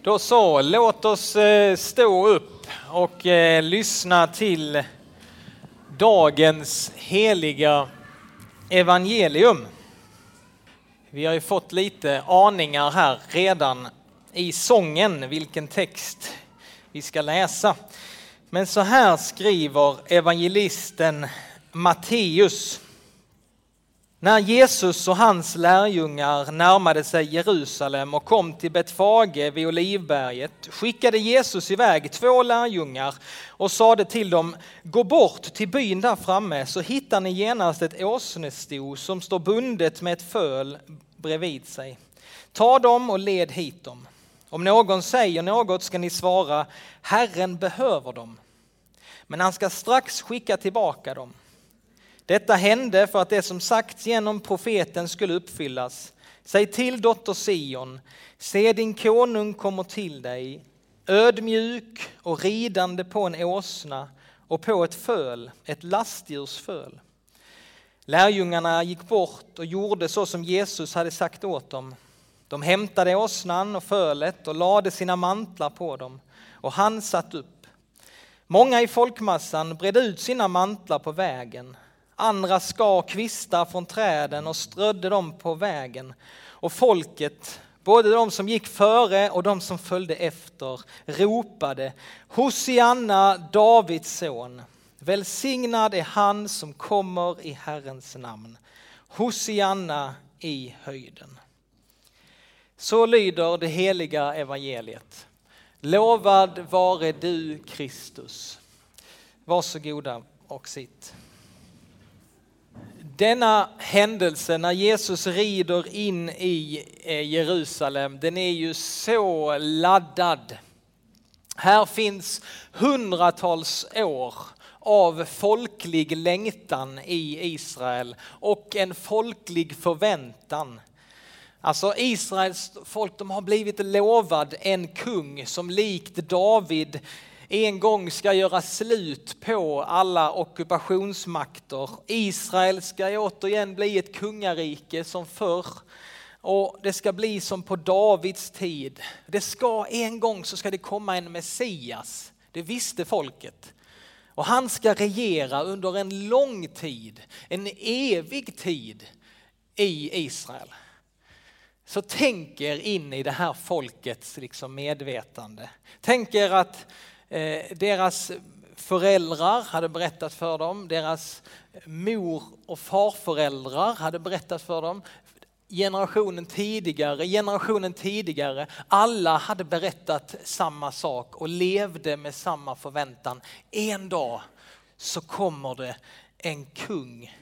Då så, låt oss stå upp och lyssna till dagens heliga evangelium. Vi har ju fått lite aningar här redan i sången vilken text vi ska läsa. Men så här skriver evangelisten Matteus. När Jesus och hans lärjungar närmade sig Jerusalem och kom till Betfage vid Olivberget skickade Jesus iväg 2 lärjungar och sade till dem: gå bort till byn där framme så hittar ni genast ett åsnesto som står bundet med ett föl bredvid sig. Ta dem och led hit dem. Om någon säger något ska ni svara: Herren behöver dem. Men han ska strax skicka tillbaka dem. Detta hände för att det som sagts genom profeten skulle uppfyllas. Säg till dotter Sion, se din konung kommer till dig, ödmjuk och ridande på en åsna och på ett föl, ett lastdjursföl. Lärjungarna gick bort och gjorde så som Jesus hade sagt åt dem. De hämtade åsnan och fölet och lade sina mantlar på dem, och han satt upp. Många i folkmassan bredde ut sina mantlar på vägen. Andra skar kvistar från träden och strödde dem på vägen. Och folket, både de som gick före och de som följde efter, ropade: Hosianna, Davids son. Välsignad är han som kommer i Herrens namn. Hosianna i höjden. Så lyder det heliga evangeliet. Lovad vare du, Kristus. Varsågoda och sitt. Denna händelse när Jesus rider in i Jerusalem, den är ju så laddad. Här finns hundratals år av folklig längtan i Israel och en folklig förväntan. Alltså Israels folk, de har blivit lovad en kung som likt David en gång ska göra slut på alla ockupationsmakter. Israel ska återigen bli ett kungarike som förr. Och det ska bli som på Davids tid. En gång så ska det komma en Messias. Det visste folket. Och han ska regera under en lång tid, en evig tid i Israel. Så tänk er in i det här folkets medvetande. Tänk er att deras föräldrar hade berättat för dem, deras mor- och farföräldrar hade berättat för dem, generationen tidigare, alla hade berättat samma sak och levde med samma förväntan. En dag så kommer det en kung.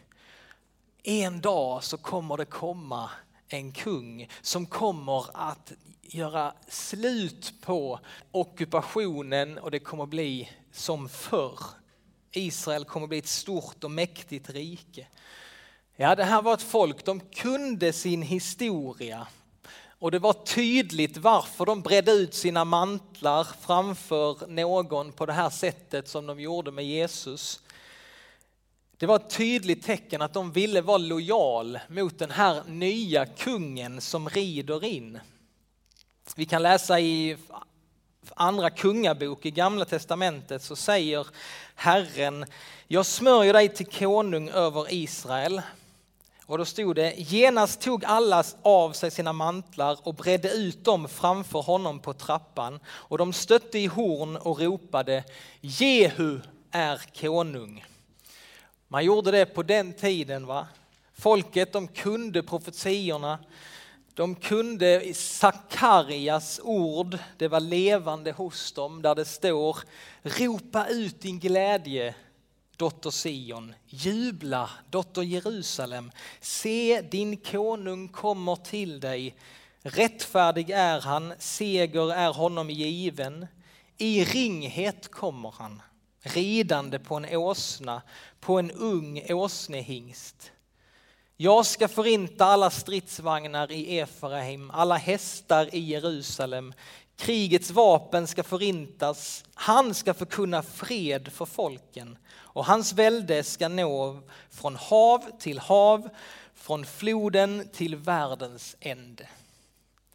En dag så kommer det komma en kung som kommer att göra slut på ockupationen, och det kommer bli som förr. Israel kommer bli ett stort och mäktigt rike. Ja, det här var ett folk, de kunde sin historia. Och det var tydligt varför de bredde ut sina mantlar framför någon på det här sättet som de gjorde med Jesus. Det var ett tydligt tecken att de ville vara lojal mot den här nya kungen som rider in. Vi kan läsa i andra kungabok i Gamla testamentet, så säger Herren: jag smörjer dig till konung över Israel. Och då stod det: genast tog alla av sig sina mantlar och bredde ut dem framför honom på trappan. Och de stötte i horn och ropade: Jehu är konung. Man gjorde det på den tiden, va? Folket, de kunde profetiorna. De kunde Sakarias ord, det var levande hos dem, där det står: ropa ut din glädje, dotter Sion, jubla, dotter Jerusalem. Se, din konung kommer till dig. Rättfärdig är han, seger är honom given. I ringhet kommer han, ridande på en åsna, på en ung åsnehingst. Jag ska förinta alla stridsvagnar i Efraim, alla hästar i Jerusalem. Krigets vapen ska förintas, han ska förkunna fred för folken. Och hans välde ska nå från hav till hav, från floden till världens ände.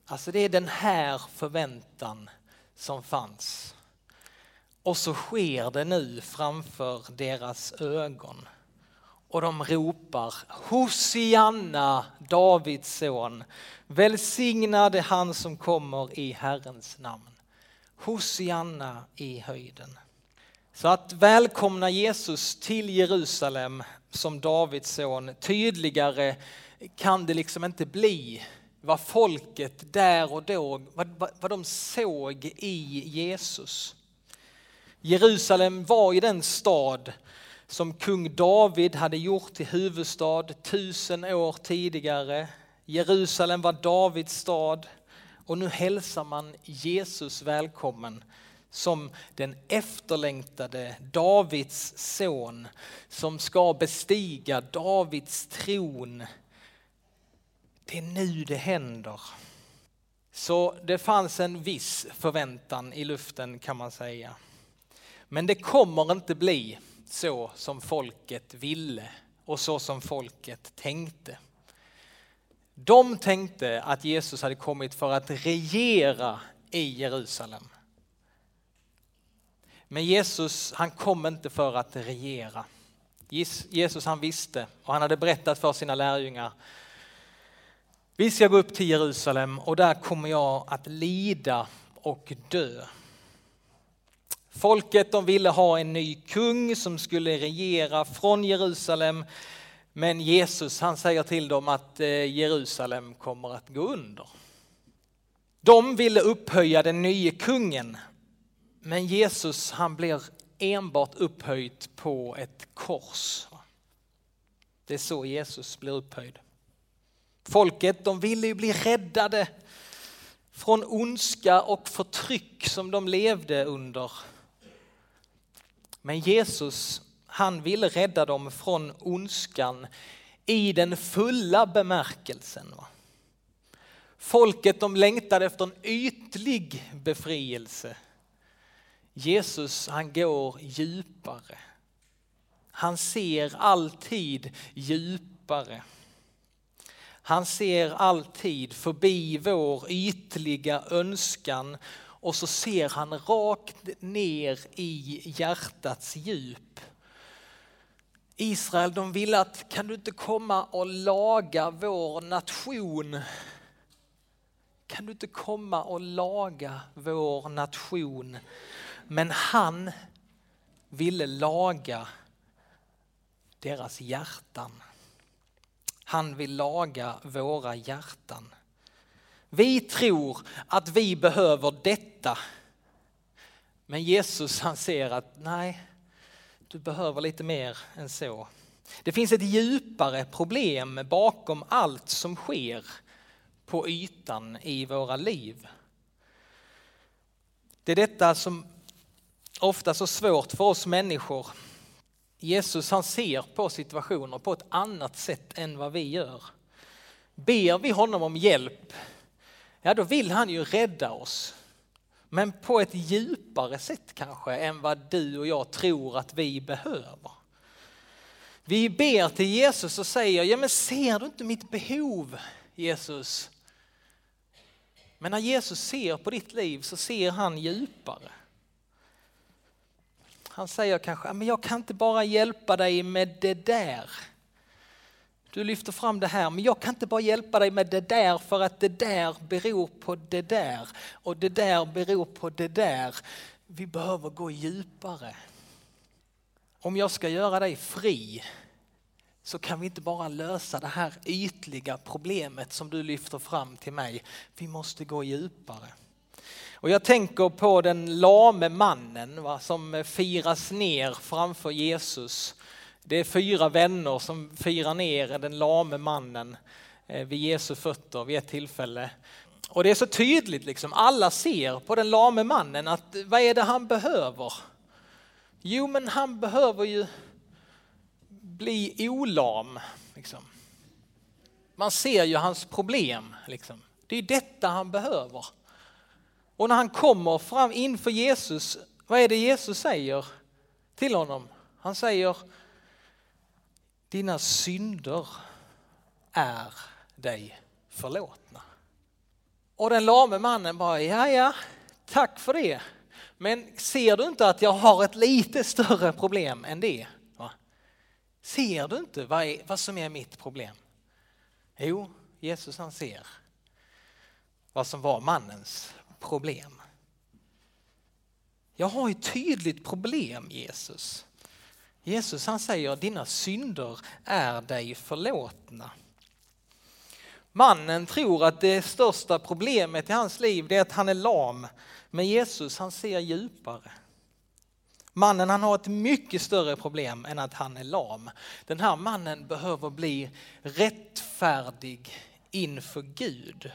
Alltså det är den här förväntan som fanns. Och så sker det nu framför deras ögon. Och de ropar: Hosianna, Davids son. Välsignad är han som kommer i Herrens namn. Hosianna i höjden. Så att välkomna Jesus till Jerusalem som Davids son, tydligare kan det liksom inte bli. Vad folket där och då, vad de såg i Jesus. Jerusalem var ju den stad som kung David hade gjort till huvudstad 1000 år tidigare. Jerusalem var Davids stad och nu hälsar man Jesus välkommen som den efterlängtade Davids son som ska bestiga Davids tron. Det är nu det händer. Så det fanns en viss förväntan i luften kan man säga. Men det kommer inte bli så som folket ville och så som folket tänkte. De tänkte att Jesus hade kommit för att regera i Jerusalem. Men Jesus, han kom inte för att regera. Jesus, han visste och han hade berättat för sina lärjungar: vi ska gå upp till Jerusalem och där kommer jag att lida och dö. Folket, de ville ha en ny kung som skulle regera från Jerusalem. Men Jesus, han säger till dem att Jerusalem kommer att gå under. De ville upphöja den nya kungen. Men Jesus, han blir enbart upphöjd på ett kors. Det är så Jesus blir upphöjd. Folket, de ville ju bli räddade från ondska och förtryck som de levde under. Men Jesus, han ville rädda dem från ondskan i den fulla bemärkelsen. Folket, de längtade efter en ytlig befrielse. Jesus, han går djupare. Han ser alltid djupare. Han ser alltid förbi vår ytliga önskan och så ser han rakt ner i hjärtats djup. Israel, de ville att, kan du inte komma och laga vår nation? Kan du inte komma och laga vår nation? Men han ville laga deras hjärtan. Han vill laga våra hjärtan. Vi tror att vi behöver detta. Men Jesus, han ser att nej, du behöver lite mer än så. Det finns ett djupare problem bakom allt som sker på ytan i våra liv. Det är detta som ofta är så svårt för oss människor. Jesus, han ser på situationer på ett annat sätt än vad vi gör. Ber vi honom om hjälp, ja då vill han ju rädda oss. Men på ett djupare sätt kanske än vad du och jag tror att vi behöver. Vi ber till Jesus och säger: ja men ser du inte mitt behov, Jesus? Men när Jesus ser på ditt liv så ser han djupare. Han säger kanske: men jag kan inte bara hjälpa dig med det där. Du lyfter fram det här, men jag kan inte bara hjälpa dig med det där för att det där beror på det där. Och det där beror på det där. Vi behöver gå djupare. Om jag ska göra dig fri så kan vi inte bara lösa det här ytliga problemet som du lyfter fram till mig. Vi måste gå djupare. Och jag tänker på den lame mannen som firas ner framför Jesus. Det är 4 vänner som firar ner den lame mannen vid Jesu fötter vid ett tillfälle. Och det är så tydligt liksom, alla ser på den lame mannen att vad är det han behöver? Jo, men han behöver ju bli olam. Liksom. Man ser ju hans problem. Liksom. Det är detta han behöver. Och när han kommer fram inför Jesus, vad är det Jesus säger till honom? Han säger: dina synder är dig förlåtna. Och den lame mannen bara, ja, tack för det. Men ser du inte att jag har ett lite större problem än det? Va? Ser du inte vad som är mitt problem? Jo, Jesus han ser vad som var mannens problem. Jag har ett tydligt problem, Jesus. Jesus han säger, dina synder är dig förlåtna. Mannen tror att det största problemet i hans liv är att han är lam. Men Jesus han ser djupare. Mannen han har ett mycket större problem än att han är lam. Den här mannen behöver bli rättfärdig inför Gud.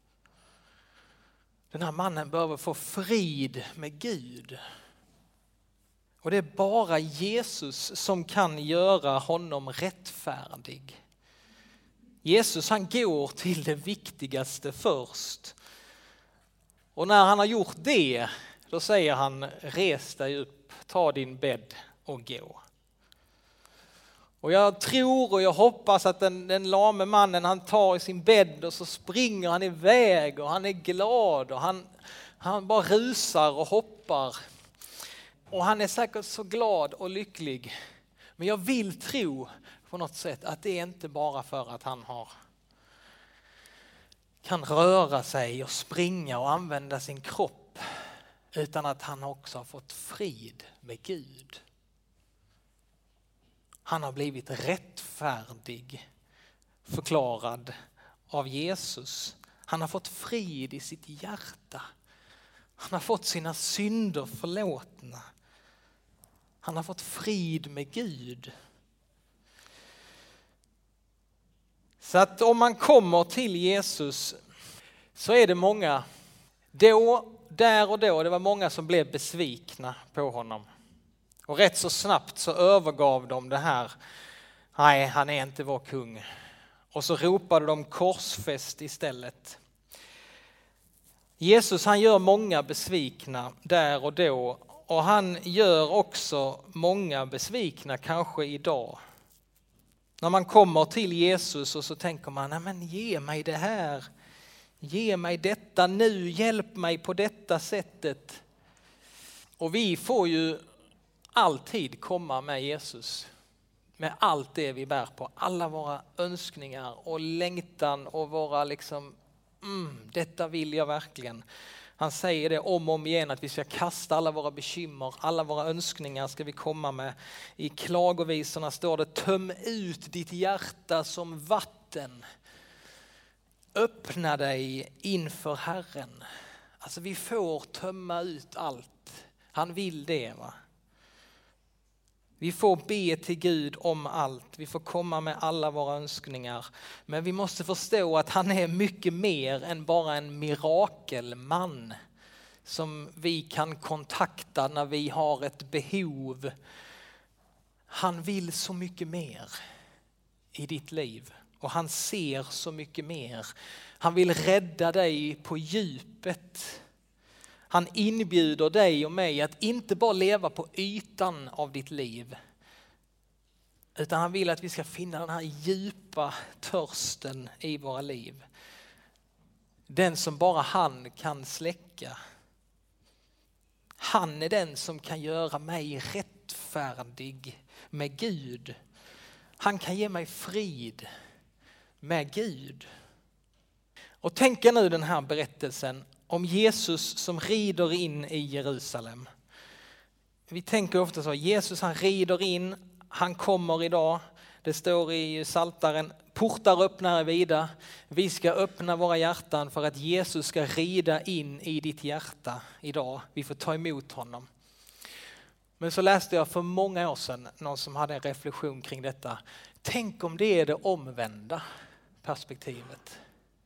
Den här mannen behöver få frid med Gud. Och det är bara Jesus som kan göra honom rättfärdig. Jesus han går till det viktigaste först. Och när han har gjort det, då säger han, res dig upp, ta din bädd och gå. Och jag tror och jag hoppas att den lame mannen han tar i sin bädd och så springer han iväg och han är glad och han bara rusar och hoppar. Och han är säkert så glad och lycklig. Men jag vill tro på något sätt att det är inte bara för att han kan röra sig och springa och använda sin kropp, utan att han också har fått frid med Gud. Han har blivit rättfärdig, förklarad av Jesus. Han har fått frid i sitt hjärta. Han har fått sina synder förlåtna. Han har fått frid med Gud. Så att om man kommer till Jesus så är det många, där och då, det var många som blev besvikna på honom. Och rätt så snabbt så övergav de det här, nej han är inte vår kung. Och så ropade de korsfäst istället. Jesus han gör många besvikna där och då, och han gör också många besvikna kanske idag. När man kommer till Jesus och så tänker man, nej men ge mig det här, ge mig detta nu, hjälp mig på detta sättet. Och vi får ju alltid komma med Jesus, med allt det vi bär på, alla våra önskningar och längtan och våra detta vill jag verkligen. Han säger det om och om igen att vi ska kasta alla våra bekymmer, alla våra önskningar ska vi komma med. I klagovisorna står det, töm ut ditt hjärta som vatten. Öppna dig inför Herren. Alltså vi får tömma ut allt. Han vill det, va? Vi får be till Gud om allt. Vi får komma med alla våra önskningar. Men vi måste förstå att han är mycket mer än bara en mirakelman som vi kan kontakta när vi har ett behov. Han vill så mycket mer i ditt liv. Och han ser så mycket mer. Han vill rädda dig på djupet. Han inbjuder dig och mig att inte bara leva på ytan av ditt liv. Utan han vill att vi ska finna den här djupa törsten i våra liv. Den som bara han kan släcka. Han är den som kan göra mig rättfärdig med Gud. Han kan ge mig frid med Gud. Och tänk er nu den här berättelsen om Jesus som rider in i Jerusalem. Vi tänker ofta så, Jesus han rider in, han kommer idag. Det står i Psaltaren, portar öppnar är vida. Vi ska öppna våra hjärtan för att Jesus ska rida in i ditt hjärta idag. Vi får ta emot honom. Men så läste jag för många år sedan någon som hade en reflektion kring detta. Tänk om det är det omvända perspektivet.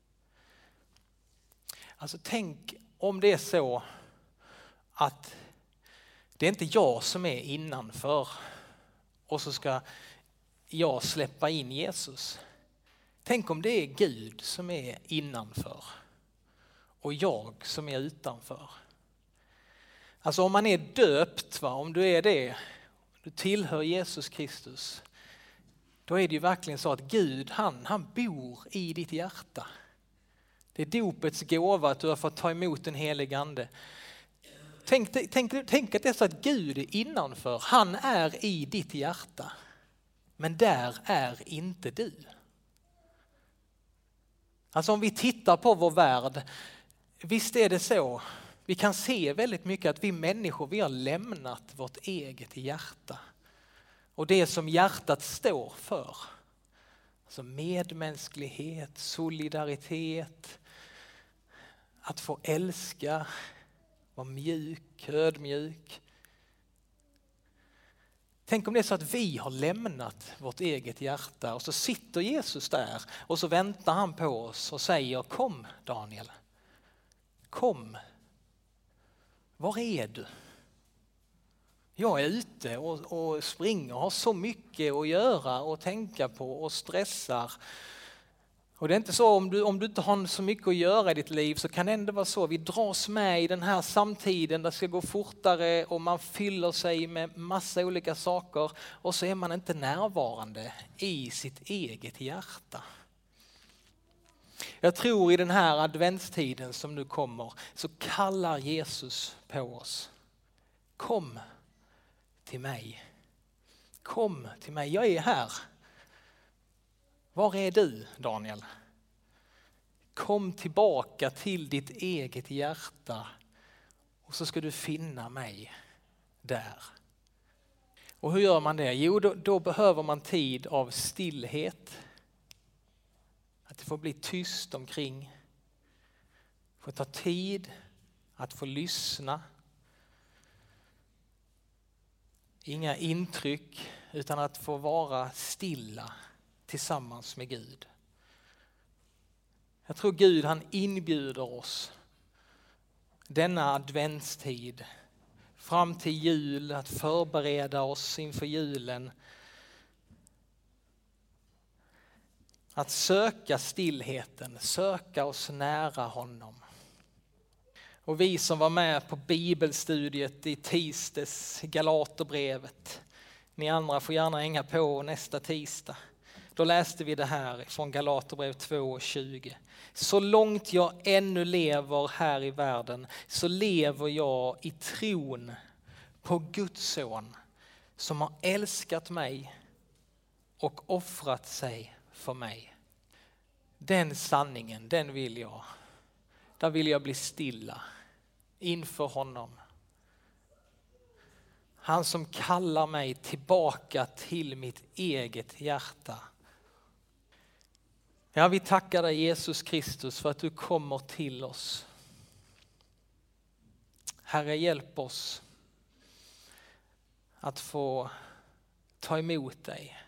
Alltså tänk om det är så att det är inte jag som är innanför och så ska jag släppa in Jesus. Tänk om det är Gud som är innanför och jag som är utanför. Alltså om man är döpt, om du är det, du tillhör Jesus Kristus, då är det ju verkligen så att Gud han bor i ditt hjärta. Det är dopets gåva att du har fått ta emot den helige ande. Tänk att det är så att Gud är innanför. Han är i ditt hjärta. Men där är inte du. Alltså om vi tittar på vår värld, visst är det så. Vi kan se väldigt mycket att vi människor, vi har lämnat vårt eget hjärta. Och det som hjärtat står för. Alltså medmänsklighet, solidaritet, att få älska, vara mjuk, ödmjuk. Tänk om det är så att vi har lämnat vårt eget hjärta och så sitter Jesus där och så väntar han på oss och säger: kom Daniel, kom. Var är du? Jag är ute och springer och har så mycket att göra och tänka på och stressar. Och det är inte så om du inte har så mycket att göra i ditt liv, så kan det ändå vara så. Vi dras med i den här samtiden, det ska gå fortare och man fyller sig med massa olika saker. Och så är man inte närvarande i sitt eget hjärta. Jag tror i den här adventstiden som nu kommer så kallar Jesus på oss. Kom till mig. Kom till mig, jag är här. Var är du, Daniel? Kom tillbaka till ditt eget hjärta och så ska du finna mig där. Och hur gör man det? Jo, då behöver man tid av stillhet. Att det får bli tyst omkring. Få ta tid att få lyssna. Inga intryck, utan att få vara stilla tillsammans med Gud. Jag tror Gud, han inbjuder oss denna adventstid fram till jul att förbereda oss inför julen. Att söka stillheten, söka oss nära honom. Och vi som var med på bibelstudiet i tisdags, Galaterbrevet, ni andra får gärna hänga på nästa tisdag. Då läste vi det här från Galaterbrevet 2:20. Så långt jag ännu lever här i världen så lever jag i tron på Guds son som har älskat mig och offrat sig för mig. Den sanningen, den vill jag. Där vill jag bli stilla inför honom. Han som kallar mig tillbaka till mitt eget hjärta. Ja, vi tackar dig Jesus Kristus för att du kommer till oss. Herre, hjälp oss att få ta emot dig.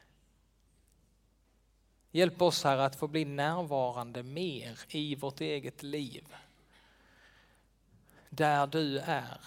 Hjälp oss här att få bli närvarande mer i vårt eget liv. Där du är.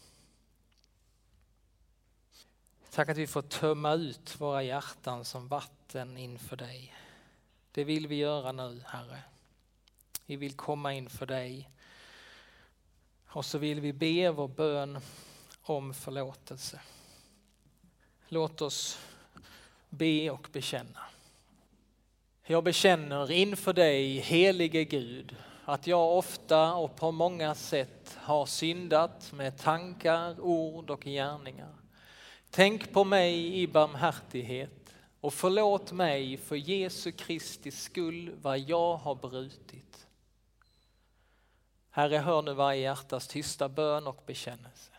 Tack att vi får tömma ut våra hjärtan som vatten inför dig. Det vill vi göra nu, Herre. Vi vill komma inför dig. Och så vill vi be vår bön om förlåtelse. Låt oss be och bekänna. Jag bekänner inför dig, helige Gud, att jag ofta och på många sätt har syndat med tankar, ord och gärningar. Tänk på mig i barmhärtighet och förlåt mig för Jesu Kristi skull vad jag har brutit. Herre, hör nu varje hjärtas tysta bön och bekännelse.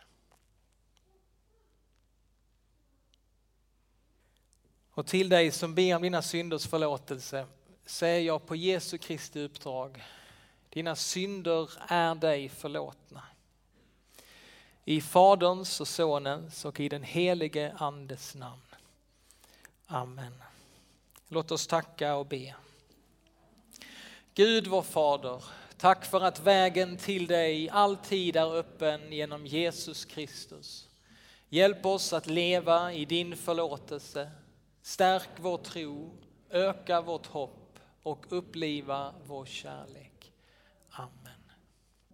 Och till dig som ber om dina synders förlåtelse säger jag på Jesu Kristi uppdrag: dina synder är dig förlåtna. I Faderns och Sonens och i den helige Andes namn. Amen. Låt oss tacka och be. Gud vår Fader, tack för att vägen till dig alltid är öppen genom Jesus Kristus. Hjälp oss att leva i din förlåtelse. Stärk vår tro, öka vårt hopp och uppliva vår kärlek.